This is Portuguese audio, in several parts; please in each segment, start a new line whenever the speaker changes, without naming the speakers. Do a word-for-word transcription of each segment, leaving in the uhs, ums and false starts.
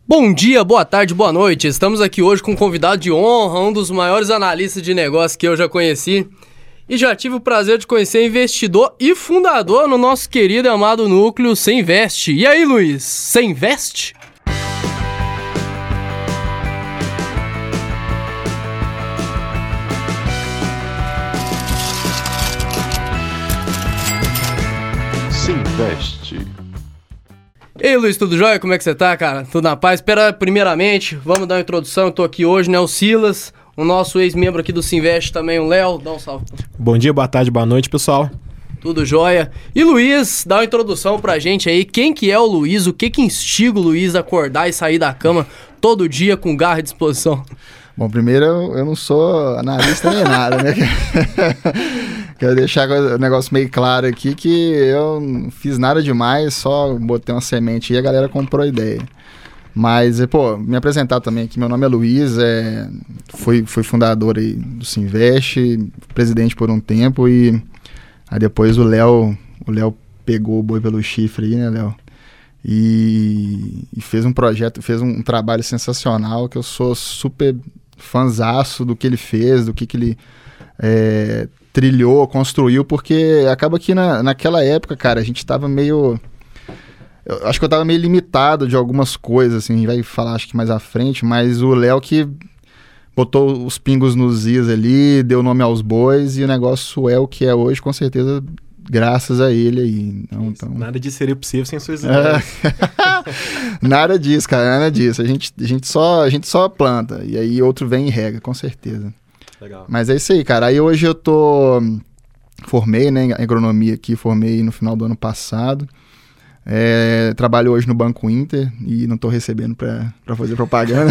Bom dia, boa tarde, boa noite. Estamos aqui hoje com um convidado de honra, um dos maiores analistas de negócios que eu já conheci. E já tive o prazer de conhecer investidor e fundador no nosso querido e amado núcleo Ceinvest. E aí, Luiz, Ceinvest?
Ceinvest.
Ei, Luiz, tudo jóia? Como é que você tá, cara? Tudo na paz? Espera, primeiramente, vamos dar uma introdução. Eu tô aqui hoje, né, o Silas, o nosso ex-membro aqui do Ceinvest também, o Léo. Dá um salve.
Bom dia, boa tarde, boa noite, pessoal.
Tudo jóia. E Luiz, dá uma introdução pra gente aí. Quem que é o Luiz? O que que instiga o Luiz a acordar e sair da cama todo dia com garra e disposição?
Bom, primeiro, eu não sou analista nem nada, né? Quero deixar o negócio meio claro aqui que eu não fiz nada demais, só botei uma semente e a galera comprou a ideia. Mas, pô, me apresentar também aqui, meu nome é Luiz, é, fui, fui fundador aí do Ceinvest, presidente por um tempo e aí depois o Léo, o Léo pegou o boi pelo chifre aí, né, Léo? E, e fez um projeto, fez um, um trabalho sensacional que eu sou super fanzaço do que ele fez, do que, que ele é, trilhou, construiu, porque acaba que na, naquela época, cara, a gente tava meio... Eu acho que eu tava meio limitado de algumas coisas, assim, a gente vai falar acho que mais à frente, mas o Léo que botou os pingos nos is ali, deu nome aos bois e o negócio é o que é hoje, com certeza, graças a ele aí. Então, então...
Nada disso seria possível sem suas ideias.
Nada disso, cara, nada disso. A gente, a, gente só, a gente só planta e aí outro vem e rega, com certeza.
Legal.
Mas é isso aí, cara. Aí hoje eu tô... Formei, né, em agronomia aqui, formei no final do ano passado. É, trabalho hoje no Banco Inter e não tô recebendo pra, pra fazer propaganda.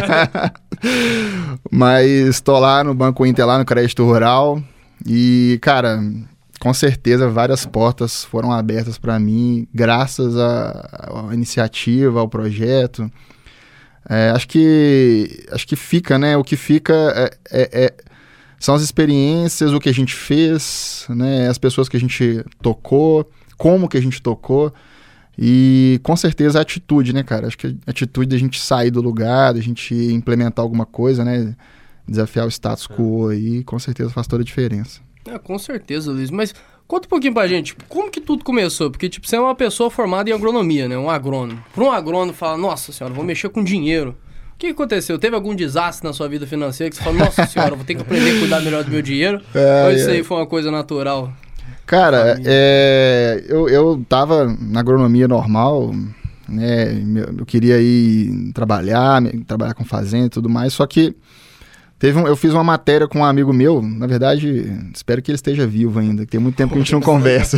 Mas tô lá no Banco Inter, lá no Crédito Rural. E, cara... Com certeza, várias portas foram abertas para mim, graças à, à iniciativa, ao projeto. É, acho que, acho que fica, né? O que fica é, é, é, são as experiências, o que a gente fez, né? As pessoas que a gente tocou, como que a gente tocou. E, com certeza, a atitude, né, cara? Acho que a atitude da gente sair do lugar, da gente implementar alguma coisa, né? Desafiar o status quo aí, com certeza faz toda a diferença.
É, com certeza, Luiz. Mas conta um pouquinho pra gente, como que tudo começou? Porque, tipo, você é uma pessoa formada em agronomia, né? Um agrônomo. Para um agrônomo falar, nossa senhora, vou mexer com dinheiro. O que aconteceu? Teve algum desastre na sua vida financeira que você falou, nossa senhora, vou ter que aprender a cuidar melhor do meu dinheiro? É, Ou isso é. aí foi uma coisa natural?
Cara, é, eu, eu tava na agronomia normal, né? Eu queria ir trabalhar, trabalhar com fazenda e tudo mais, só que Teve um, eu fiz uma matéria com um amigo meu, na verdade, espero que ele esteja vivo ainda, que tem muito tempo que a gente não conversa.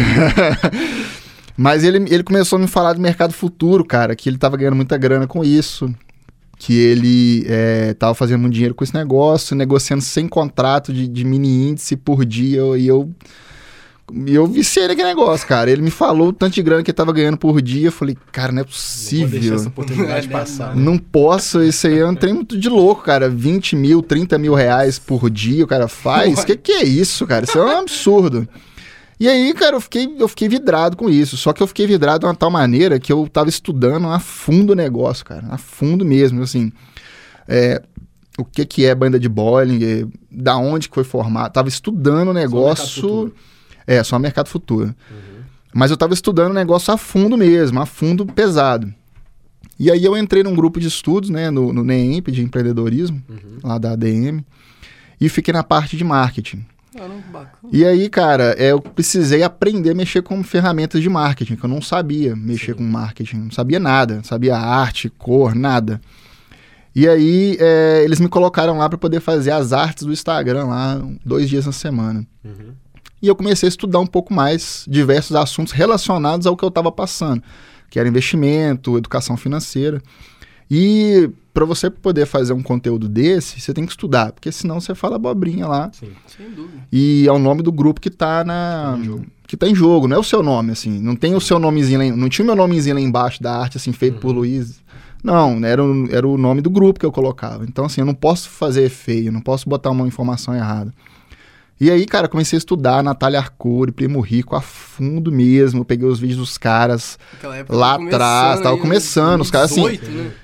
Mas ele, ele começou a me falar do mercado futuro, cara, que ele tava ganhando muita grana com isso, que ele é, tava fazendo muito dinheiro com esse negócio, negociando sem contrato de, de mini índice por dia, e eu... E eu viciei naquele negócio, cara. Ele me falou o tanto de grana que ele tava ganhando por dia. Eu falei, cara, não é possível. Não vou deixar
essa oportunidade passar.
Não posso, isso aí é um trem muito de louco, cara. vinte mil, trinta mil reais por dia o cara faz. O que, que é isso, cara? Isso é um absurdo. E aí, cara, eu fiquei, eu fiquei vidrado com isso. Só que eu fiquei vidrado de uma tal maneira que eu tava estudando a fundo o negócio, cara. A fundo mesmo, assim. É... O que, que é banda de Bollinger, da onde que foi formado. Tava estudando o negócio... É, só mercado futuro. Uhum. Mas eu tava estudando o negócio a fundo mesmo, a fundo pesado. E aí eu entrei num grupo de estudos, né, no, no NEEMP, de empreendedorismo, uhum. lá da A D M, e fiquei na parte de marketing.
Caramba, bacana.
E aí, cara, é, eu precisei aprender a mexer com ferramentas de marketing, que eu não sabia mexer Sim. com marketing, não sabia nada, não sabia arte, cor, nada. E aí, é, eles me colocaram lá para poder fazer as artes do Instagram lá, dois dias na semana. Uhum. E eu comecei a estudar um pouco mais diversos assuntos relacionados ao que eu estava passando, que era investimento, educação financeira. E para você poder fazer um conteúdo desse, você tem que estudar, porque senão você fala abobrinha lá.
Sim, sem dúvida.
E é o nome do grupo que está na... que tá em jogo, não é o seu nome, assim. Não tem o seu nomezinho lá, não tinha o meu nomezinho lá embaixo da arte, assim, feito uhum. por Luiz. Não, era o, era o nome do grupo que eu colocava. Então, assim, eu não posso fazer feio, não posso botar uma informação errada. E aí, cara, comecei a estudar Natália Arcuri, Primo Rico, a fundo mesmo. Eu peguei os vídeos dos caras lá atrás, tava
aí,
começando, os caras assim...
Né?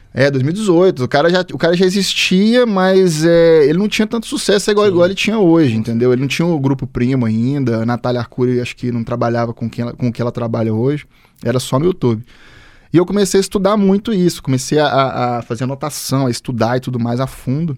É, dois mil e dezoito. O cara já, o cara já existia, mas é, ele não tinha tanto sucesso igual, igual ele tinha hoje, entendeu? Ele não tinha o Grupo Primo ainda. A Natália Arcuri, acho que não trabalhava com, quem ela, com o que ela trabalha hoje. Era só no YouTube. E eu comecei a estudar muito isso. Comecei a, a fazer anotação, a estudar e tudo mais a fundo.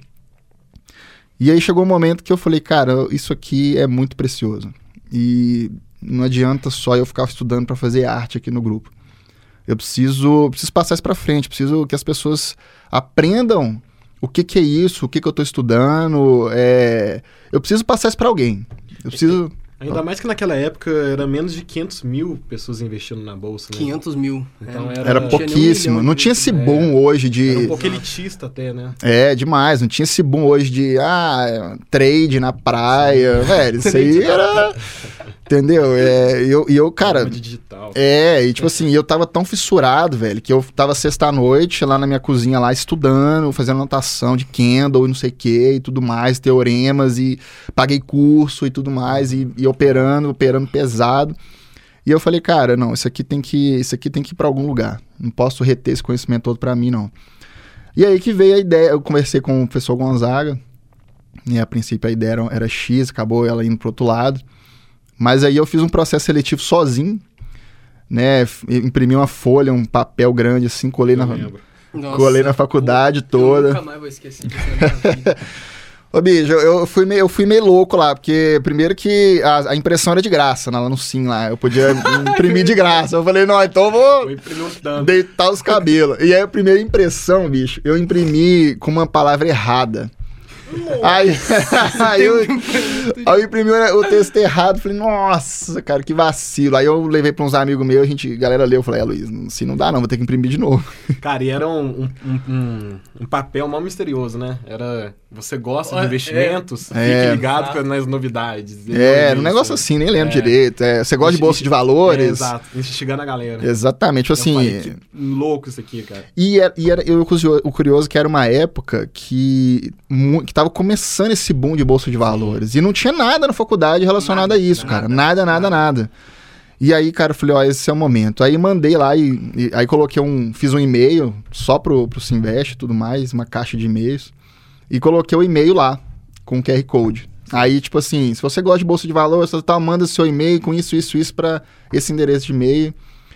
E aí chegou um momento que eu falei, cara, isso aqui é muito precioso. E não adianta só eu ficar estudando para fazer arte aqui no grupo. Eu preciso, preciso passar isso para frente, preciso que as pessoas aprendam o que, que é isso, o que, que eu estou estudando. É... Eu preciso passar isso para alguém. Eu preciso...
Ainda mais que naquela época era menos de quinhentas mil pessoas investindo na bolsa, né?
quinhentos mil.
Então
é.
era...
Era pouquíssimo. Não, não tinha esse boom é. hoje de...
Era um pouco elitista até, né?
É, demais. Não tinha esse boom hoje de, ah, trade na praia. Velho, isso aí era... Entendeu? É, e eu, e eu, cara...
Digital.
É, e tipo assim, eu tava tão fissurado, velho, que eu tava sexta-noite lá na minha cozinha lá estudando, fazendo anotação de candle e não sei o que e tudo mais, teoremas, e paguei curso e tudo mais, e, e operando, operando pesado. E eu falei, cara, não, isso aqui tem que, isso aqui tem que ir pra algum lugar. Não posso reter esse conhecimento todo pra mim, não. E aí que veio a ideia, eu conversei com o professor Gonzaga, e a princípio a ideia era, era X, acabou ela indo pro outro lado. Mas aí eu fiz um processo seletivo sozinho, né? Imprimi uma folha, um papel grande assim, colei, na,
Nossa,
colei na faculdade pô, toda.
Eu nunca mais vou esquecer disso na minha vida.
Ô, bicho, eu fui, meio, eu fui meio louco lá, porque primeiro que a, a impressão era de graça, lá no Sim, lá. Eu podia imprimir de graça. Eu falei, não, então eu vou deitar os cabelos. E aí a primeira impressão, bicho, eu imprimi com uma palavra errada. Aí, aí, eu, aí eu imprimi o texto errado, falei, nossa, cara, que vacilo. Aí eu levei pra uns amigos meus, a gente, a galera leu, eu falei, é, Luiz, assim não dá não, vou ter que imprimir de novo.
Cara, e era um, um, um, um papel mal misterioso, né? Era, você gosta de investimentos,
é,
fique
é,
ligado com, nas novidades.
É, era um negócio assim, nem lembro é. direito. É, você gosta de bolsa de valores. É,
exato, instigando a galera.
Exatamente, assim...
Falei, que louco isso aqui, cara.
E, era, e era, eu, o curioso que era uma época que, que tava começando esse boom de bolsa de valores. Sim. E não tinha nada na faculdade relacionado nada, a isso, nada, cara. Nada, nada, nada, nada. E aí, cara, eu falei, ó, esse é o momento. Aí mandei lá e, e aí coloquei um... Fiz um e-mail só pro, pro Simvest e tudo mais, uma caixa de e-mails. E coloquei o e-mail lá, com o Q R Code. Aí, tipo assim, se você gosta de bolsa de valores, você tá, manda seu e-mail com isso, isso, isso pra esse endereço de e-mail.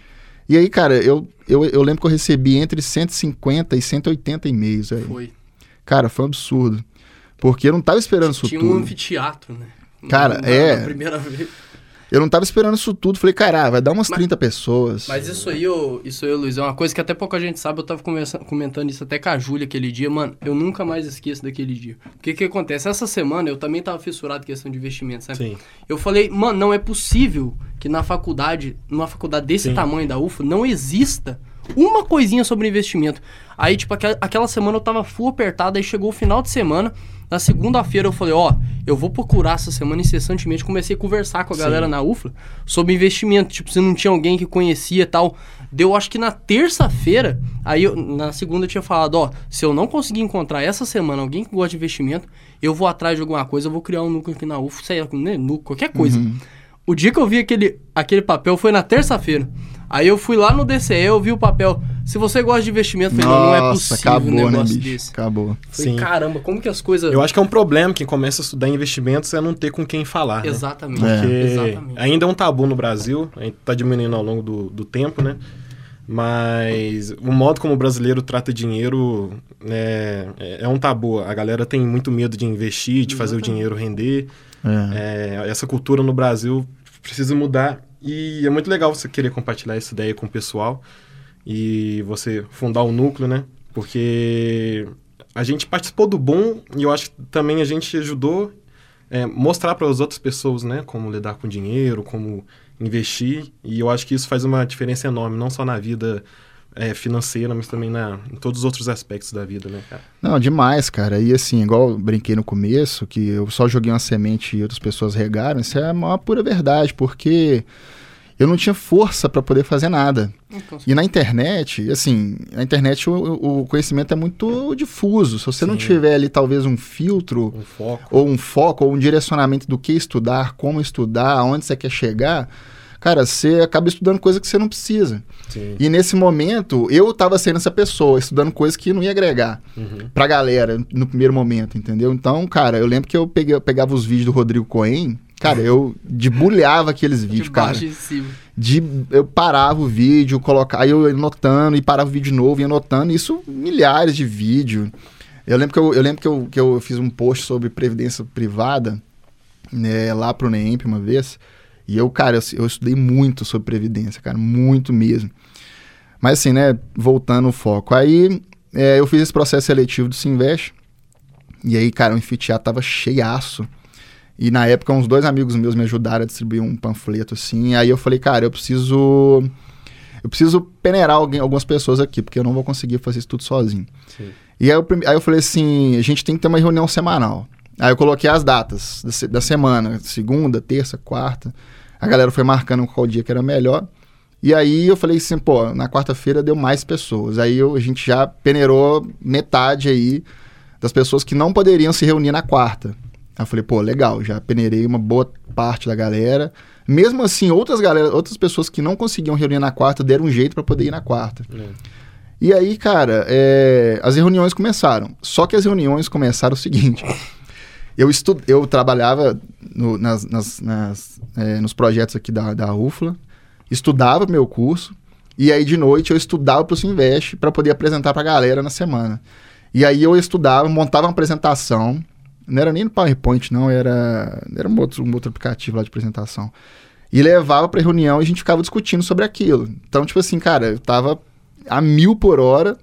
E aí, cara, eu, eu, eu lembro que eu recebi entre cento e cinquenta e cento e oitenta e-mails. Aí.
Foi.
Cara, foi um absurdo. Porque eu não tava esperando isso
Tinha
tudo.
Tinha um anfiteatro, né?
Cara,
na,
é...
Na primeira vez.
Eu não tava esperando isso tudo. Falei, cara, vai dar umas mas, trinta pessoas.
Mas isso aí, eu, isso aí, Luiz, é uma coisa que até pouca gente sabe. Eu tava comentando isso até com a Júlia aquele dia. Mano, eu nunca mais esqueço daquele dia. O que que acontece? Essa semana eu também tava fissurado em questão de investimento, sabe?
Sim.
Eu falei, mano, não é possível que na faculdade, numa faculdade desse Sim. tamanho da U F A, não exista uma coisinha sobre investimento. Aí, tipo, aquela, aquela semana eu tava full apertado. Aí chegou o final de semana. Na segunda-feira eu falei, ó, eu vou procurar essa semana incessantemente. Comecei a conversar com a Sim. galera na U F L A sobre investimento. Tipo, se não tinha alguém que conhecia e tal. Deu, acho que na terça-feira, aí eu, na segunda eu tinha falado, ó, se eu não conseguir encontrar essa semana alguém que gosta de investimento, eu vou atrás de alguma coisa, eu vou criar um núcleo aqui na U F L A, sei lá, né, núcleo, qualquer coisa. Uhum. O dia que eu vi aquele, aquele papel foi na terça-feira. Aí eu fui lá no D C E, eu vi o papel. Se você gosta de investimento, eu falei, não, não é possível
acabou,
um negócio
né,
desse.
Acabou.
Falei,
Sim.
Caramba, como que as coisas...
Eu acho que é um problema quem começa a estudar investimentos é não ter com quem falar, né?
Exatamente.
Porque
é. Exatamente.
ainda é um tabu no Brasil, a gente tá diminuindo ao longo do, do tempo, né? Mas o modo como o brasileiro trata dinheiro é, é um tabu. A galera tem muito medo de investir, de Exatamente. fazer o dinheiro render. É. É, essa cultura no Brasil precisa mudar. E é muito legal você querer compartilhar essa ideia com o pessoal e você fundar um núcleo, né? Porque a gente participou do boom e eu acho que também a gente ajudou é, mostrar para as outras pessoas, né? Como lidar com dinheiro, como investir. E eu acho que isso faz uma diferença enorme, não só na vida é, financeira, mas também na, em todos os outros aspectos da vida, né, cara?
Não, demais, cara. E assim, igual eu brinquei no começo, que eu só joguei uma semente e outras pessoas regaram, isso é a maior pura verdade, porque eu não tinha força para poder fazer nada. E na internet, assim, na internet o, o conhecimento é muito difuso. Se você Sim. não tiver ali talvez um filtro,
um foco.
ou um foco, ou um direcionamento do que estudar, como estudar, aonde você quer chegar, cara, você acaba estudando coisa que você não precisa.
Sim.
E nesse momento, eu tava sendo essa pessoa, estudando coisa que não ia agregar
Uhum.
pra galera no primeiro momento, entendeu? Então, cara, eu lembro que eu, peguei, eu pegava os vídeos do Rodrigo Cohen, cara, eu debulhava aqueles vídeos,
De
cara.
baixo e de cima.
De, eu parava o vídeo, colocava, aí eu ia anotando, e parava o vídeo de novo, ia anotando, isso milhares de vídeos. Eu lembro que eu, eu, lembro que eu, que eu fiz um post sobre previdência privada, né, lá pro NEEMP uma vez, e eu, cara, eu, eu estudei muito sobre previdência, cara, muito mesmo. Mas assim, né, voltando ao foco, aí é, eu fiz esse processo seletivo do Sinvest, e aí, cara, o anfiteatro tava cheiaço, e na época uns dois amigos meus me ajudaram a distribuir um panfleto assim, aí eu falei, cara, eu preciso eu preciso peneirar alguém, algumas pessoas aqui, porque eu não vou conseguir fazer isso tudo sozinho.
Sim.
E aí eu, aí eu falei assim, a gente tem que ter uma reunião semanal. Aí eu coloquei as datas da, se- da semana, segunda, terça, quarta, a galera foi marcando qual dia que era melhor, e aí eu falei assim, pô, na quarta-feira deu mais pessoas, aí eu, a gente já peneirou metade aí das pessoas que não poderiam se reunir na quarta. Aí eu falei, pô, legal, já peneirei uma boa parte da galera. Mesmo assim, outras galera, outras pessoas que não conseguiam reunir na quarta deram um jeito para poder ir na quarta.
É.
E aí, cara, é, as reuniões começaram. Só que as reuniões começaram o seguinte. Eu, estu, eu trabalhava no, nas, nas, nas, é, nos projetos aqui da, da U F L A, estudava meu curso, e aí de noite eu estudava para o Sinvest para poder apresentar para a galera na semana. E aí eu estudava, montava uma apresentação. Não era nem no PowerPoint, não, era, era um, outro, um outro aplicativo lá de apresentação. E levava pra reunião e a gente ficava discutindo sobre aquilo. Então, tipo assim, cara, eu tava a mil por hora,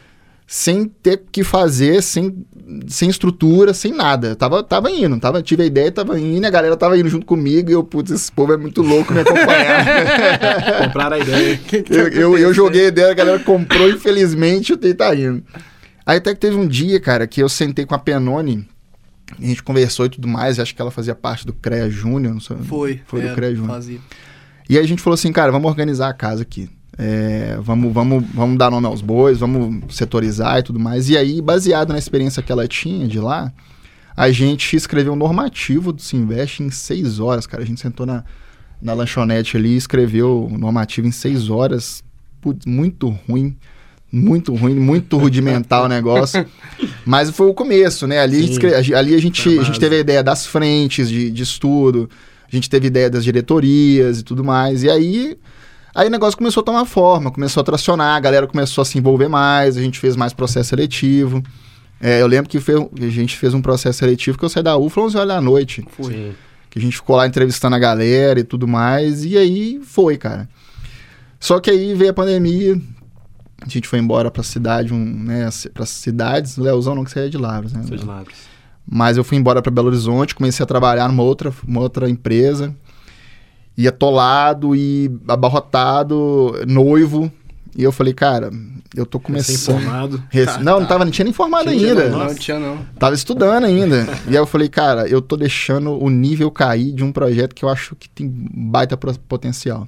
sem ter que fazer, sem, sem estrutura, sem nada. Eu tava, tava indo, tava, tive a ideia, tava indo, a galera tava indo junto comigo e eu, putz, esse povo é muito louco me acompanhar.
Compraram a ideia.
eu, eu, eu joguei a ideia, a galera comprou, infelizmente, o T tá indo. Aí até que teve um dia, cara, que eu sentei com a Penone, a gente conversou e tudo mais, acho que ela fazia parte do CREA Júnior, não sei.
Foi.
Foi do
era,
CREA Júnior.
fazia.
E aí a gente falou assim, cara, vamos organizar a casa aqui. É, vamos, vamos, vamos dar nome aos bois, vamos setorizar e tudo mais. E aí, baseado na experiência que ela tinha de lá, a gente escreveu um normativo do Sinvest em seis horas, cara. A gente sentou na, na lanchonete ali e escreveu o normativo em seis horas. Putz, muito ruim. Muito ruim, muito rudimentar o negócio. Mas foi o começo, né? Ali, a gente,
Sim,
escre- ali a, gente,
foi a
a gente teve a ideia das frentes de, de estudo, a gente teve ideia das diretorias e tudo mais. E aí, aí o negócio começou a tomar forma, começou a tracionar, a galera começou a se envolver mais, a gente fez mais processo seletivo. É, eu lembro que fe- a gente fez um processo seletivo que eu saí da U F L A onze horas da noite.
Foi.
Sim.
Que a gente ficou lá entrevistando a galera e tudo mais. E aí foi, cara. Só que aí veio a pandemia. A gente foi embora pra cidade, um, né, pras cidades. O Leozão não, que você é de Lavras, né?
Sou de Lavras.
Mas eu fui embora pra Belo Horizonte, comecei a trabalhar numa outra, uma outra empresa. E atolado e abarrotado, noivo. E eu falei, cara, eu tô começando...
Recém-formado.
Rec- Não, não tava nem tinha nem formado
Tinha,
ainda.
não,
Não tinha, não.
Tava estudando ainda. E aí eu falei, cara, eu tô deixando o nível cair de um projeto que eu acho que tem baita pro- potencial.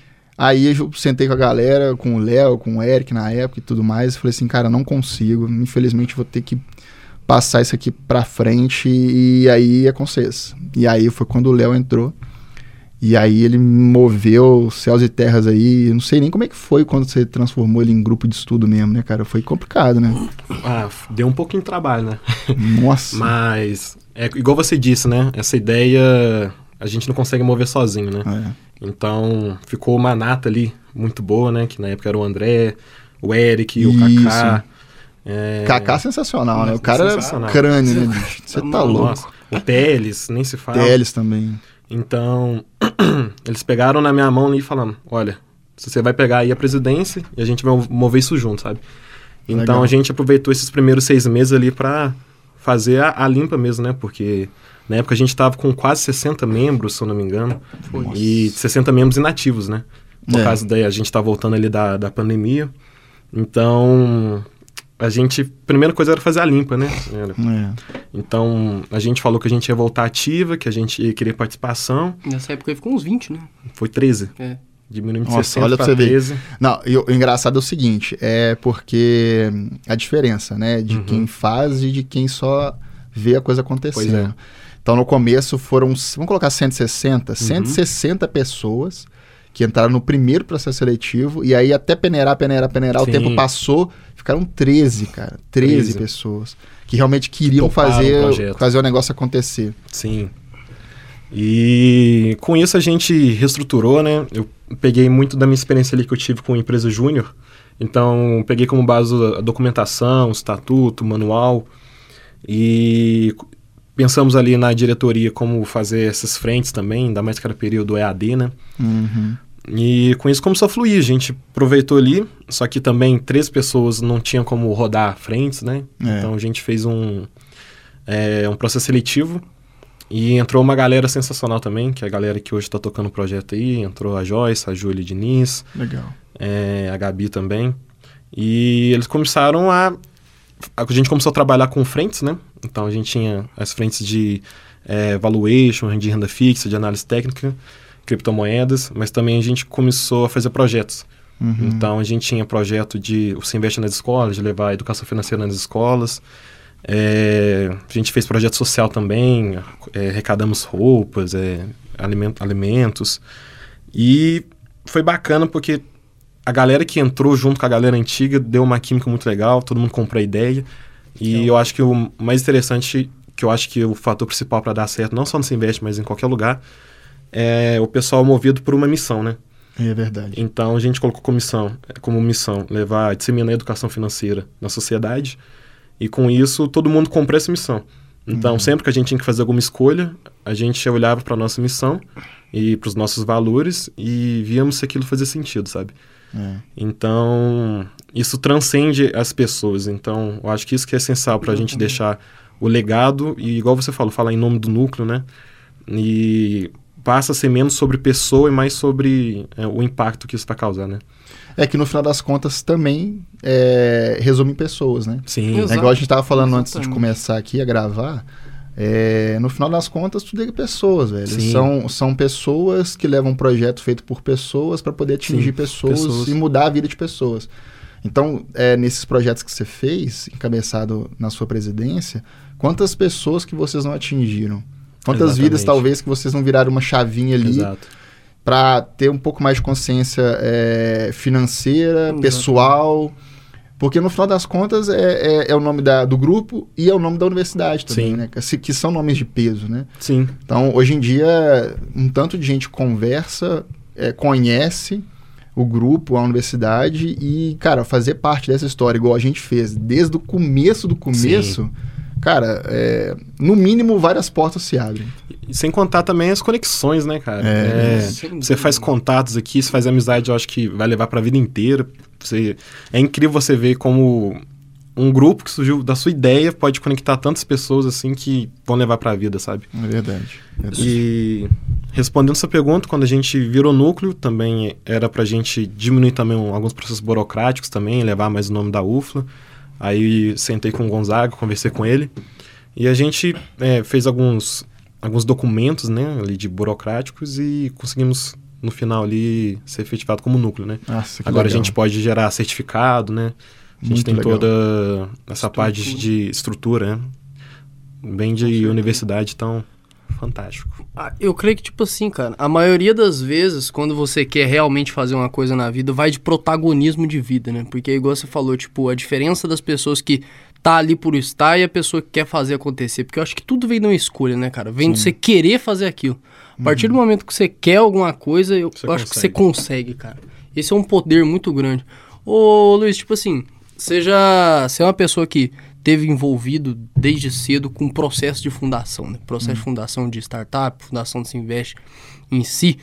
Aí eu sentei com a galera, com o Léo, com o Eric na época e tudo mais, e falei assim, cara, não consigo, infelizmente vou ter que passar isso aqui pra frente, e aí é com vocês. E aí foi quando o Léo entrou, e aí ele moveu céus e terras aí, eu não sei nem como é que foi quando você transformou ele em grupo de estudo mesmo, né, cara? Foi complicado, né?
Ah, deu um pouquinho de trabalho, né?
Nossa.
Mas, é igual você disse, né? Essa ideia a gente não consegue mover sozinho, né?
É.
Então, ficou uma nata ali muito boa, né? Que na época era o André, o Eric,
Isso.
o Kaká. É...
Kaká sensacional, né? O
Nossa,
cara
sensacional.
é crânio, né, bicho? Você tá louco.
Nossa, o Teles, nem se fala.
Teles também.
Então, eles pegaram na minha mão ali e falaram, olha, você vai pegar aí a presidência e a gente vai mover isso junto, sabe? Então,
Legal.
a gente aproveitou esses primeiros seis meses ali pra fazer a, a limpa mesmo, né? Porque na época a gente tava com quase sessenta membros, se eu não me engano.
Foi.
E sessenta membros inativos, né? Por
É.
causa daí, a gente tá voltando ali da, da pandemia. Então, a gente... Primeira coisa era fazer a limpa, né? Era.
É.
Então, a gente falou que a gente ia voltar ativa, que a gente ia querer participação.
Nessa época aí ficou uns vinte, né?
Foi treze.
É.
Diminuiu de
Nossa,
sessenta
olha pra
pra
você ver.
treze.
Não, e o o engraçado é o seguinte, é porque a diferença, né, de
Uhum.
quem faz e de quem só vê a coisa
Pois
acontecendo.
é.
Então, no começo foram, vamos colocar cento e sessenta, cento e sessenta pessoas que entraram no primeiro processo seletivo, e aí até peneirar, peneirar, peneirar,
Sim.
o tempo passou, ficaram treze, cara, treze, treze. pessoas que realmente queriam fazer o, fazer o negócio acontecer.
Sim. E com isso a gente reestruturou, né? Eu peguei muito da minha experiência ali que eu tive com a empresa júnior, então peguei como base a documentação, o estatuto, o manual, e pensamos ali na diretoria como fazer essas frentes também, ainda mais que era período E A D, né?
Uhum.
E com isso começou a fluir, a gente aproveitou ali, só que também três pessoas não tinham como rodar frentes, né?
É.
Então a gente fez um, é, um processo seletivo e entrou uma galera sensacional também, que é a galera que hoje está tocando o projeto aí, entrou a Joyce, a Júlia Diniz,
Legal.
É, a Gabi também, e eles começaram a... A gente começou a trabalhar com frentes, né? Então a gente tinha as frentes de é, valuation, de renda fixa, de análise técnica, criptomoedas, mas também a gente começou a fazer projetos.
Uhum.
Então a gente tinha projeto de o Se Investe nas escolas, de levar a educação financeira nas escolas. É, a gente fez projeto social também, é, arrecadamos roupas, é, aliment, alimentos. E foi bacana porque a galera que entrou junto com a galera antiga deu uma química muito legal, todo mundo comprou a ideia. E é. eu acho que o mais interessante, que eu acho que o fator principal para dar certo, não só no Se Investe, mas em qualquer lugar, é o pessoal movido por uma missão, né?
É verdade.
Então a gente colocou como missão, como missão levar, disseminar a educação financeira na sociedade, e com isso todo mundo comprou essa missão. Então uhum. sempre que a gente tinha que fazer alguma escolha, a gente olhava para a nossa missão e para os nossos valores e víamos se aquilo fazia sentido, sabe? É. Então, isso transcende as pessoas. Então, eu acho que isso que é essencial para a gente deixar o legado e, igual você falou, falar em nome do núcleo, né? E passa a ser menos sobre pessoa e mais sobre é, o impacto que isso vai causar, né?
É que no final das contas também é, resume em pessoas, né?
Sim.
É igual a gente estava falando Exatamente. antes de começar aqui a gravar. É, no final das contas, tudo é pessoas, velho. São, são pessoas que levam um projeto feito por pessoas para poder atingir pessoas, pessoas e mudar a vida de pessoas. Então, é, nesses projetos que você fez, encabeçado na sua presidência, quantas pessoas que vocês não atingiram? Quantas Exatamente. vidas, talvez, que vocês não viraram uma chavinha ali para ter um pouco mais de consciência é, financeira, Exato. pessoal... Porque no final das contas é, é, é o nome da, do grupo e é o nome da universidade também, Sim. né? Que, que são nomes de peso, né?
Sim.
Então, hoje em dia, um tanto de gente conversa, é, conhece o grupo, a universidade e, cara, fazer parte dessa história, igual a gente fez, desde o começo do começo, Sim. cara, é, no mínimo várias portas se abrem.
E sem contar também as conexões, né, cara?
É,
é, você faz contatos aqui, você faz amizade, eu acho que vai levar pra vida inteira. Você, é incrível você ver como um grupo que surgiu da sua ideia pode conectar tantas pessoas assim que vão levar pra vida, sabe?
É verdade. É verdade.
E respondendo essa pergunta, quando a gente virou núcleo, também era pra gente diminuir também um, alguns processos burocráticos também, levar mais o nome da U F L A. Aí sentei com o Gonzaga, conversei com ele e a gente é, fez alguns, alguns documentos, né, ali de burocráticos e conseguimos no final ali ser efetivado como núcleo, né?
Nossa,
Agora
legal.
a gente pode gerar certificado, né? A gente
Muito
tem
legal.
toda essa
Estrutura.
parte de estrutura, né? Bem de universidade, então, fantástico.
Ah, eu creio que, tipo assim, cara, a maioria das vezes, quando você quer realmente fazer uma coisa na vida, vai de protagonismo de vida, né? Porque, igual você falou, tipo, a diferença das pessoas que tá ali por estar e a pessoa que quer fazer acontecer. Porque eu acho que tudo vem de uma escolha, né, cara? Vem Sim. de você querer fazer aquilo. A partir uhum. do momento que você quer alguma coisa, eu, eu acho que você consegue, cara. Esse é um poder muito grande. Ô, Luiz, tipo assim, seja, você é uma pessoa que teve envolvido desde cedo com o processo de fundação, né? Processo uhum. de fundação de startup, fundação de Se Investe em si.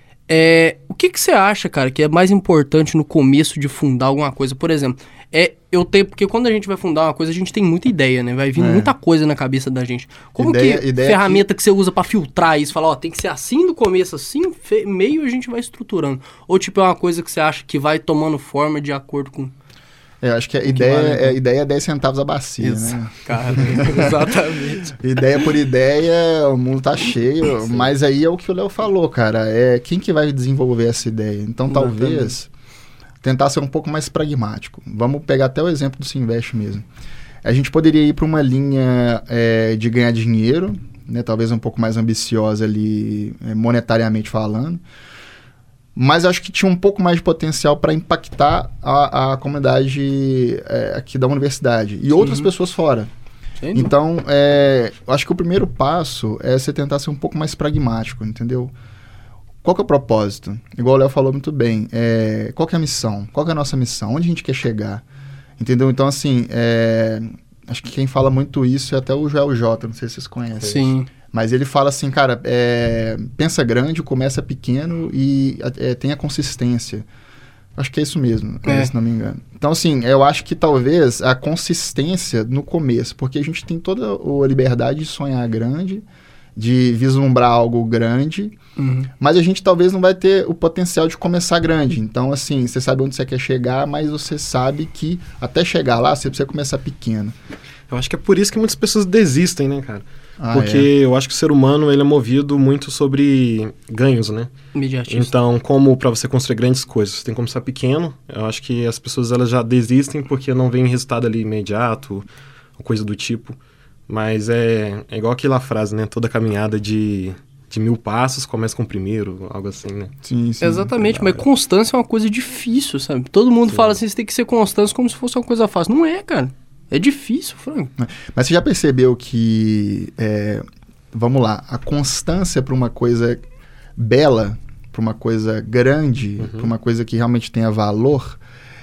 É, o que, que você acha, cara, que é mais importante no começo de fundar alguma coisa? Por exemplo, é eu tenho, porque quando a gente vai fundar uma coisa, a gente tem muita ideia, né? Vai vir é. muita coisa na cabeça da gente. Como
ideia,
que
ideia
ferramenta
que...
que você usa pra filtrar isso? Falar, ó, tem que ser assim no começo, assim, fe... meio a gente vai estruturando. Ou tipo, é uma coisa que você acha que vai tomando forma de acordo com...
É, eu acho que a ideia, vale, é, ideia é dez centavos a bacia,
Isso,
né?
Cara, exatamente.
Ideia por ideia, o mundo tá cheio, Sim. mas aí é o que o Léo falou, cara, é quem que vai desenvolver essa ideia? Então, exatamente. talvez, tentar ser um pouco mais pragmático. Vamos pegar até o exemplo do Se Investe mesmo. A gente poderia ir para uma linha é, de ganhar dinheiro, né, talvez um pouco mais ambiciosa ali, é, monetariamente falando, mas acho que tinha um pouco mais de potencial para impactar a, a comunidade é, aqui da universidade e Sim. outras pessoas fora. Sim. Então, é, acho que o primeiro passo é você tentar ser um pouco mais pragmático, entendeu? Qual que é o propósito? Igual o Léo falou muito bem, é, qual que é a missão? Qual que é a nossa missão? Onde a gente quer chegar? Entendeu? Então, assim, é, acho que quem fala muito isso é até o Joel J, não sei se vocês conhecem.
Sim.
Mas ele fala assim, cara, é, pensa grande, começa pequeno e é, tenha consistência. Acho que é isso mesmo, é. se não me engano. Então, assim, eu acho que talvez a consistência no começo, porque a gente tem toda a liberdade de sonhar grande, de vislumbrar algo grande, uhum. mas a gente talvez não vai ter o potencial de começar grande. Então, assim, você sabe onde você quer chegar, mas você sabe que até chegar lá, você precisa começar pequeno.
Eu acho que é por isso que muitas pessoas desistem, né, cara? Ah, Porque
é.
eu acho que o ser humano, ele é movido muito sobre ganhos, né?
Imediatista.
Então, como para você construir grandes coisas, você tem que começar pequeno. Eu acho que as pessoas, elas já desistem porque não vem resultado ali imediato, ou coisa do tipo. Mas é, é igual aquela frase, né? Toda caminhada de, de mil passos começa com o primeiro, algo assim, né?
Sim, sim.
Exatamente, mas constância é uma coisa difícil, sabe? Todo mundo sim. fala assim, você tem que ser constante como se fosse uma coisa fácil. Não é, cara. É difícil, Frank.
Mas você já percebeu que, é, vamos lá, a constância para uma coisa bela, para uma coisa grande, uhum. para uma coisa que realmente tenha valor,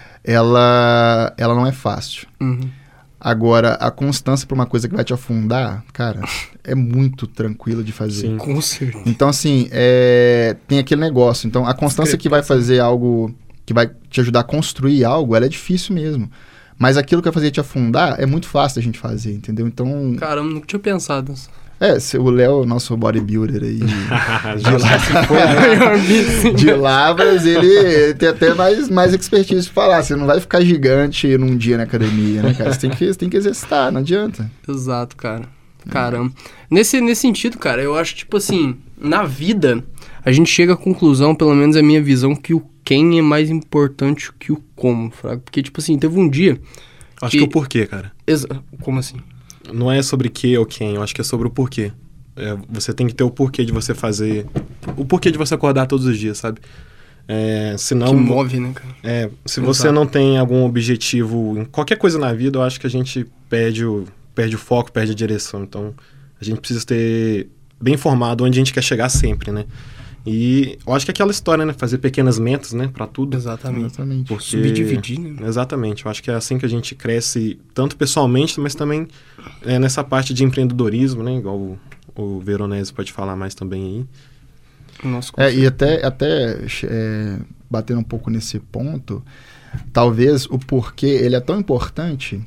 ela, ela não é fácil.
Uhum.
Agora, a constância para uma coisa que vai te afundar, cara, é muito tranquilo de fazer.
Sim, com certeza.
Então, assim, é, tem aquele negócio. Então, a constância que vai fazer algo, que vai te ajudar a construir algo, ela é difícil mesmo. Mas aquilo que vai fazer te afundar é muito fácil da gente fazer, entendeu? Então...
Caramba, nunca tinha pensado nisso.
É, se o Léo, nosso bodybuilder aí...
Já se foi,
né? De Lavras, ele, ele tem até mais, mais expertise de falar. Você não vai ficar gigante num dia na academia, né, cara? Você tem que, você tem que exercitar, não adianta.
Exato, cara. Caramba. Nesse, nesse sentido, cara, eu acho, tipo assim, na vida, a gente chega à conclusão, pelo menos é a minha visão, que o quem é mais importante que o como, fraco. Porque, tipo assim, teve um dia...
Acho que, que o porquê, cara.
Exa... Como assim?
Não é sobre que ou quem, eu acho que é sobre o porquê. É, você tem que ter o porquê de você fazer... O porquê de você acordar todos os dias, sabe? É, senão,
que move, né, cara?
É, se Exato. Você não tem algum objetivo em qualquer coisa na vida, eu acho que a gente perde o, perde o foco, perde a direção. Então, a gente precisa ter bem informado onde a gente quer chegar sempre, né? E eu acho que é aquela história, né? Fazer pequenas metas, né? Pra tudo.
Exatamente.
Exatamente.
Porque...
Subdividir, né?
Exatamente. Eu acho que é assim que a gente cresce, tanto pessoalmente, mas também é, nessa parte de empreendedorismo, né? Igual o, o Veronese pode falar mais também aí.
Nossa,
é, e até, até é, batendo um pouco nesse ponto, talvez o porquê ele é tão importante,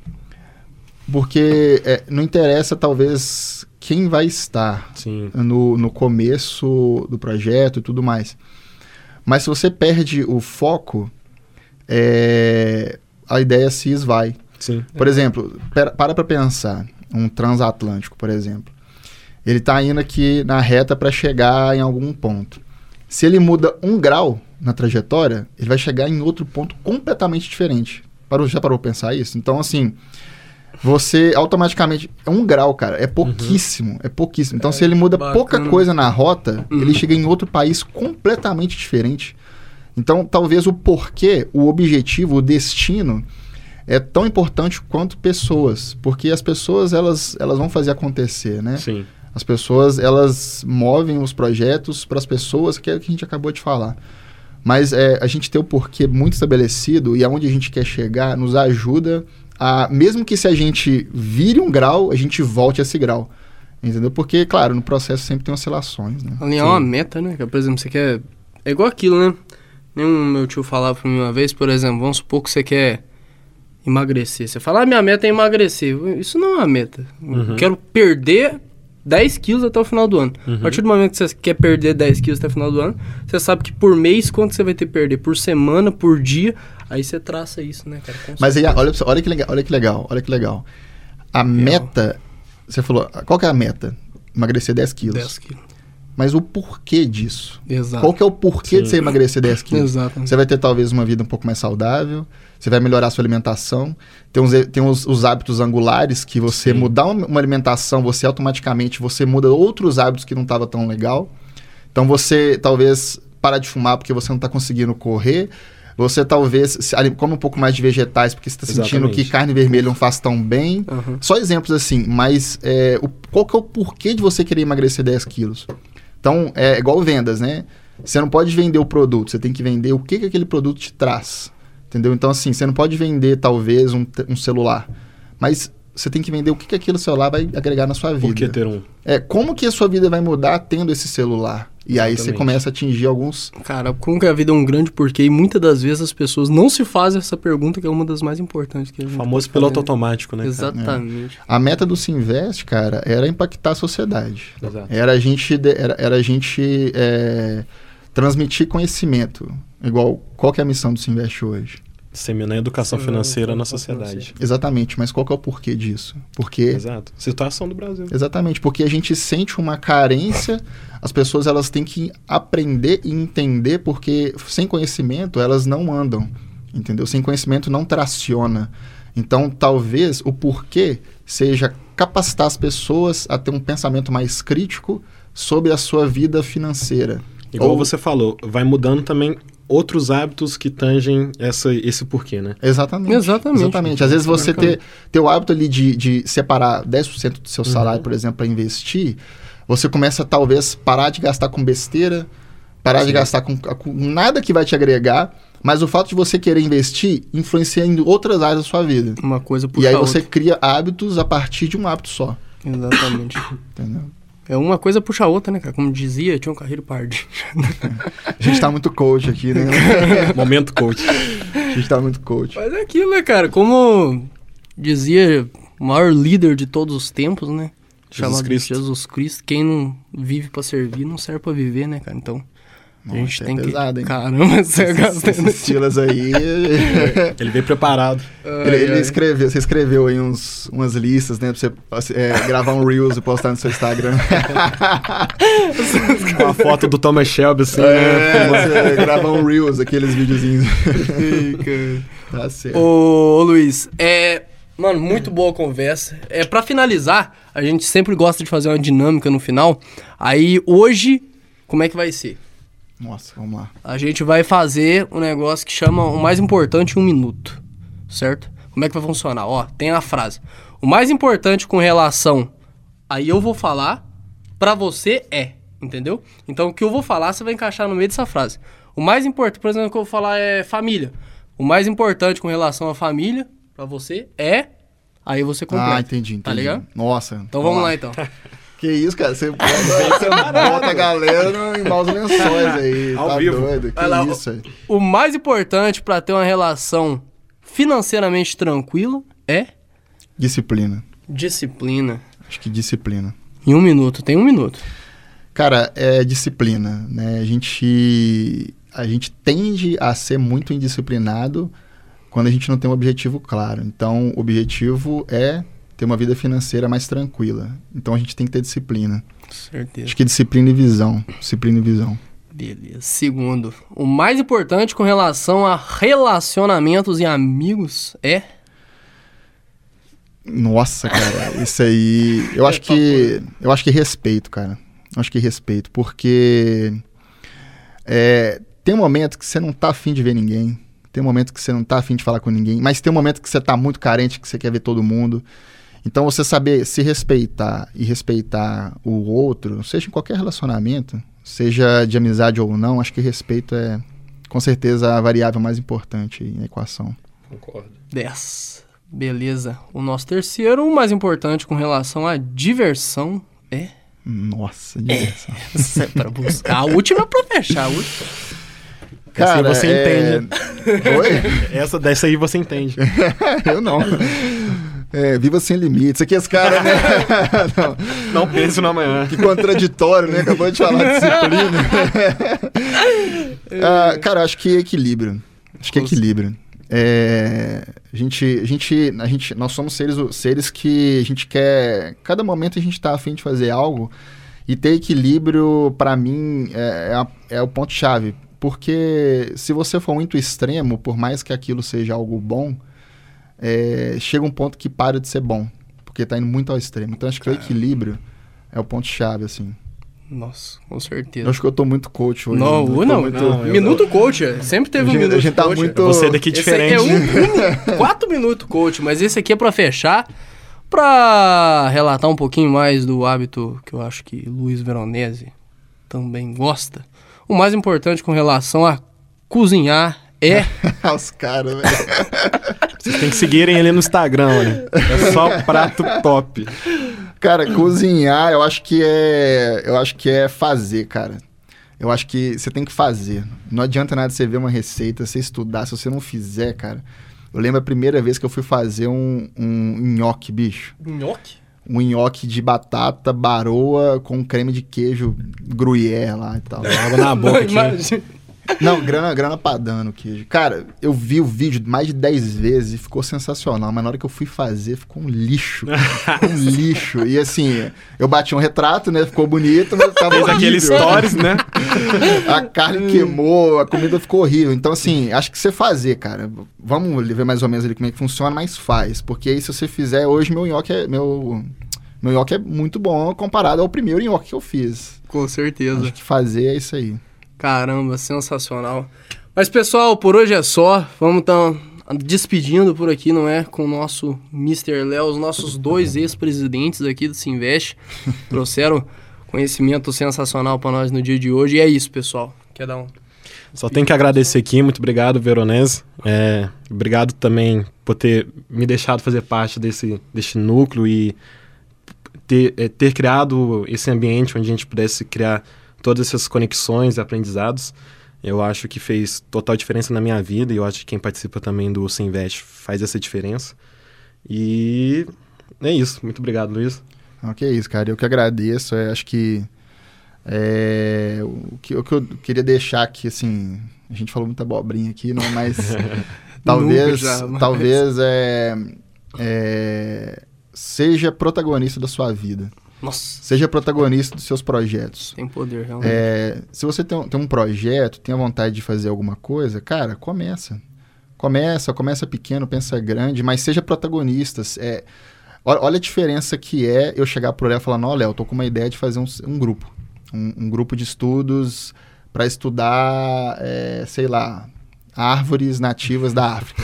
porque é, não interessa, talvez... quem vai estar no, no começo do projeto e tudo mais. Mas se você perde o foco, é, a ideia se esvai.
Sim.
Por é. exemplo, para para pensar, um transatlântico, por exemplo. Ele está indo aqui na reta para chegar em algum ponto. Se ele muda um grau na trajetória, ele vai chegar em outro ponto completamente diferente. Parou, já parou para pensar isso? Então, assim... Você automaticamente... É um grau, cara. É pouquíssimo. Uhum. É pouquíssimo. Então, é, se ele muda bacana. pouca coisa na rota, uhum. ele chega em outro país completamente diferente. Então, talvez o porquê, o objetivo, o destino é tão importante quanto pessoas. Porque as pessoas, elas, elas vão fazer acontecer, né?
Sim.
As pessoas, elas movem os projetos para as pessoas, que é o que a gente acabou de falar. Mas é, a gente ter o porquê muito estabelecido e aonde a gente quer chegar nos ajuda... A, mesmo que se a gente vire um grau, a gente volte a esse grau. Entendeu? Porque, claro, no processo sempre tem oscilações, né?
Alinhar uma meta, né? Por exemplo, você quer... É igual aquilo, né? Nenhum meu tio falava pra mim uma vez, por exemplo, vamos supor que você quer emagrecer. Você fala, ah, minha meta é emagrecer. Isso não é uma meta.
Uhum.
Eu quero perder dez quilos até o final do ano. Uhum. A partir do momento que você quer perder dez quilos até o final do ano, você sabe que por mês, quanto você vai ter que perder? Por semana, por dia... Aí você traça isso, né, cara? Com
Mas aí, olha, olha, que legal, olha que legal, olha que legal. A legal. meta, você falou, qual que é a meta? Emagrecer dez quilos.
dez quilos.
Mas o porquê disso?
Exato.
Qual que é o porquê Sim. de você emagrecer dez quilos?
Exato.
Você vai ter talvez uma vida um pouco mais saudável, você vai melhorar a sua alimentação, tem, uns, tem os, os hábitos angulares que você Sim. mudar uma, uma alimentação, você automaticamente você muda outros hábitos que não estavam tão legal. Então você talvez parar de fumar porque você não está conseguindo correr. Você talvez se- ali- come um pouco mais de vegetais porque você está sentindo
Exatamente.
que carne vermelha não faz tão bem.
Uhum.
Só exemplos assim, mas é, o, qual que é o porquê de você querer emagrecer dez quilos? Então, é igual vendas, né? Você não pode vender o produto, você tem que vender o que, que aquele produto te traz. Entendeu? Então, assim, você não pode vender, talvez, um, te- um celular. Mas você tem que vender o que, que aquele celular vai agregar na sua vida.
Por que ter um?
É, como que a sua vida vai mudar tendo esse celular? E aí você
Exatamente.
começa a atingir alguns...
Cara, como que a vida é um grande porquê? E muitas das vezes as pessoas não se fazem essa pergunta, que é uma das mais importantes que a gente
Famoso
pode
piloto
fazer, né?
automático, né? cara?
Exatamente.
A meta do Se Investe, cara, era impactar a sociedade.
Exato.
Era a gente, de- era, era a gente é, transmitir conhecimento. Igual, qual que é a missão do Se Investe hoje?
Disseminar a educação
Disseminar a
financeira na
educação
sociedade.
Exatamente, mas qual que é o porquê disso? Porque...
Exato. Situação do Brasil.
Exatamente, porque a gente sente uma carência, as pessoas elas têm que aprender e entender, porque sem conhecimento elas não andam, entendeu? Sem conhecimento não traciona. Então, talvez o porquê seja capacitar as pessoas a ter um pensamento mais crítico sobre a sua vida financeira.
Igual
Ou-
você falou, vai mudando também outros hábitos que tangem essa, esse porquê, né?
Exatamente.
Exatamente.
Exatamente. Às vezes você
Bacana.
ter, ter o hábito ali de, de separar dez por cento do seu salário,
Uhum.
por exemplo, para investir, você começa talvez parar de gastar com besteira, parar de
Sim.
gastar com, com nada que vai te agregar, mas o fato de você querer investir influencia em outras áreas da sua vida.
Uma coisa puxa
E aí
a
você
outra.
cria hábitos a partir de um hábito só.
Exatamente.
Entendeu?
É uma coisa puxa a outra, né, cara? Como dizia, tinha um carreiro pardo.
A gente tá muito coach aqui, né?
Momento coach.
A gente tá muito coach.
Mas é aquilo, né, cara? Como dizia o maior líder de todos os tempos, né?
Jesus
chamado
Cristo.
Jesus Cristo. Quem não vive pra servir, não serve pra viver, né, cara? Então, a
Nossa,
gente
é
tem
pesado,
que...
hein?
Caramba, você é
Esses,
gastando...
esses Silas aí...
Ele veio preparado.
Ele, ele escreveu, você escreveu aí uns, umas listas, né? Pra você é, gravar um Reels e postar no seu Instagram.
Com a foto do Thomas Shelby, assim,
É,
né?
você gravar um Reels, aqueles videozinhos. Tá certo.
Ô, ô, Luiz, é... Mano, muito boa a conversa. É, pra finalizar, a gente sempre gosta de fazer uma dinâmica no final. Aí, hoje, como é que vai ser?
Nossa, vamos lá.
A gente vai fazer um negócio que chama o mais importante em um minuto, certo? Como é que vai funcionar? Ó, tem a frase. O mais importante com relação... Aí eu vou falar, pra você é, entendeu? Então o que eu vou falar, você vai encaixar no meio dessa frase. O mais importante, por exemplo, o que eu vou falar é família. O mais importante com relação à família, pra você, é... Aí você completa.
Ah, entendi, entendi.
Tá ligado?
Nossa.
Então vamos lá, então.
Que isso, cara? Você bota, você bota a galera no- em maus lençóis aí.
Ao
tá
vivo.
doido? Que
Vai lá,
isso aí?
O mais importante pra ter uma relação financeiramente tranquila é
Disciplina.
disciplina.
Acho que disciplina.
Em um minuto, tem um minuto.
Cara, é disciplina, né? A gente, a gente tende a ser muito indisciplinado quando a gente não tem um objetivo claro. Então, o objetivo é ter uma vida financeira mais tranquila. Então, a gente tem que ter disciplina.
Certeza.
Acho que disciplina e visão. Disciplina e visão.
Beleza. Segundo, o mais importante com relação a relacionamentos e amigos é...
Nossa, cara, isso aí... Eu acho que, eu acho que respeito, cara. Eu acho que respeito, porque é, tem um momento que você não tá afim de ver ninguém. Tem um momento que você não tá afim de falar com ninguém. Mas tem um momento que você tá muito carente, que você quer ver todo mundo. Então, você saber se respeitar e respeitar o outro, seja em qualquer relacionamento, seja de amizade ou não, acho que respeito é, com certeza, a variável mais importante aí na equação.
Concordo.
dez. Beleza. O nosso terceiro, o mais importante com relação à diversão é...
Nossa, diversão.
Essa é pra buscar. A última é pra fechar. A última.
Cara,
você
é...
entende.
Oi?
Essa, dessa aí você entende.
Eu não. É, viva sem limites. Aqui esse cara, né? Não.
Não pense no amanhã.
Que contraditório, né? Acabou de falar de disciplina. Ah, cara, acho que equilíbrio. Acho que equilíbrio. É, a gente, a gente, a gente, nós somos seres, seres que a gente quer... Cada momento a gente tá a fim de fazer algo e ter equilíbrio, pra mim, é, é, a- é o ponto-chave. Porque se você for muito extremo, por mais que aquilo seja algo bom, é, chega um ponto que para de ser bom. Porque tá indo muito ao extremo. Então acho que o equilíbrio é o ponto-chave, assim.
Nossa, com
Eu
certeza.
acho que eu tô muito coach hoje.
Não,
eu tô
não,
muito-
não. Minuto coach, é. Sempre teve
A
um
gente-
minuto
a gente tá
coach.
muito-
Você daqui
Esse aí
diferente.
é um, um quatro minutos coach, mas esse aqui é pra fechar, pra relatar um pouquinho mais do hábito que eu acho que Luiz Veronese também gosta. O mais importante com relação a cozinhar é...
Os caras, velho.
Vocês têm que seguirem ele no Instagram, né? É só prato top.
Cara, cozinhar, eu acho que é. Eu acho que é fazer, cara. Eu acho que você tem que fazer. Não adianta nada você ver uma receita, você estudar. Se você não fizer, cara. Eu lembro a primeira vez que eu fui fazer um, um nhoque, bicho.
Nhoque?
Um nhoque de batata baroa com creme de queijo gruyère lá e tal.
Dá água na boca aqui.
Imagina.
Não, grana, grana padano o queijo. Cara, eu vi o vídeo mais de dez vezes e ficou sensacional. Mas na hora que eu fui fazer, ficou um lixo. Ficou um lixo. E assim, eu bati um retrato, né? Ficou bonito, mas tava
Fez
horrível.
aquele stories, né?
A carne queimou, a comida ficou horrível. Então, assim, acho que você fazer, cara. Vamos ver mais ou menos ali como é que funciona, mas faz. Porque aí, se você fizer, hoje meu nhoque é... Meu, meu nhoque é muito bom comparado ao primeiro nhoque que eu fiz.
Com certeza.
Acho que fazer é isso aí.
Caramba, sensacional. Mas, pessoal, por hoje é só. Vamos estar despedindo por aqui, não é? Com o nosso mister Léo, os nossos dois ex-presidentes aqui do Sinvest. Trouxeram conhecimento sensacional para nós no dia de hoje. E é isso, pessoal. Quer dar um...
Só tenho que agradecer aqui. Muito obrigado, Veronese. É, obrigado também por ter me deixado fazer parte desse, desse núcleo e ter, é, ter criado esse ambiente onde a gente pudesse criar todas essas conexões e aprendizados. Eu acho que fez total diferença na minha vida e eu acho que quem participa também do Sinvest faz essa diferença. E é isso. Muito obrigado, Luiz.
Não, que é isso, cara. Eu que agradeço. É, acho que, é, o que o que eu queria deixar aqui, assim... A gente falou muita abobrinha aqui, não, mas... talvez,
já, mas-
talvez é, é, seja protagonista da sua vida.
Nossa,
Seja protagonista dos seus projetos.
tem poder, realmente.
É, se você tem, um- tem um projeto, tem a vontade de fazer alguma coisa, cara, começa. Começa, começa pequeno, pensa grande, mas seja protagonista. É, olha, olha a diferença que é eu chegar pro Léo e falar, não, Léo, eu tô com uma ideia de fazer um, um grupo. Um, um grupo de estudos para estudar, é, sei lá, árvores nativas da África.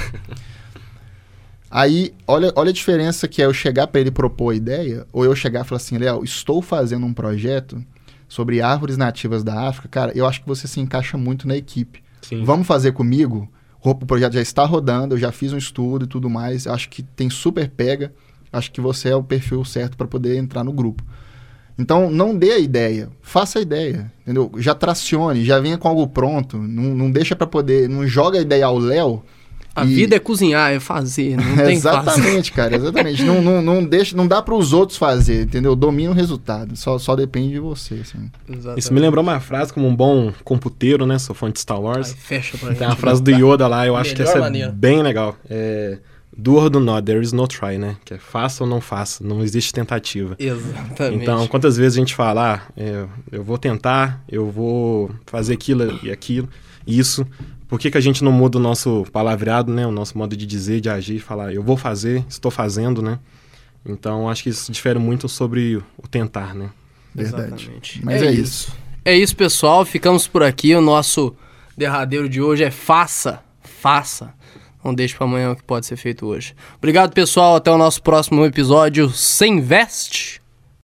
Aí, olha, olha a diferença que é eu chegar para ele propor a ideia, ou eu chegar e falar assim, Léo, estou fazendo um projeto sobre árvores nativas da África. Cara, eu acho que você se encaixa muito na equipe.
Sim.
Vamos fazer comigo? O projeto já está rodando, eu já fiz um estudo e tudo mais. Acho que tem super pega. Acho que você é o perfil certo para poder entrar no grupo. Então, não dê a ideia, faça a ideia, entendeu? Já tracione, já venha com algo pronto. Não, não deixa para poder, não joga a ideia ao Léo.
A
e-
vida é cozinhar, é fazer, não tem fácil.
Exatamente, cara, exatamente. não, não, não, deixa, não dá para os outros fazer, entendeu? Domina o resultado, só, só depende de você, assim.
Exatamente.
Isso me lembrou uma frase como um bom computeiro, né? Sou fã de Star Wars.
Ai, fecha pra gente.
Tem uma frase do Yoda lá, eu acho que
Melhor
essa
maneira.
é bem legal. É, do or do not, there is no try, né? Que é faça ou não faça, não existe tentativa.
Exatamente.
Então, quantas vezes a gente fala, ah, é, eu vou tentar, eu vou fazer aquilo e aquilo, isso, por que, que a gente não muda o nosso palavreado, né? O nosso modo de dizer, de agir, falar, eu vou fazer, estou fazendo, né? Então, acho que isso difere muito sobre o tentar, né?
Verdade.
Exatamente.
Mas é, isso.
É isso, pessoal. Ficamos por aqui. O nosso derradeiro de hoje é faça, faça. Não deixe para amanhã o que pode ser feito hoje. Obrigado, pessoal. Até o nosso próximo episódio. Sinvest.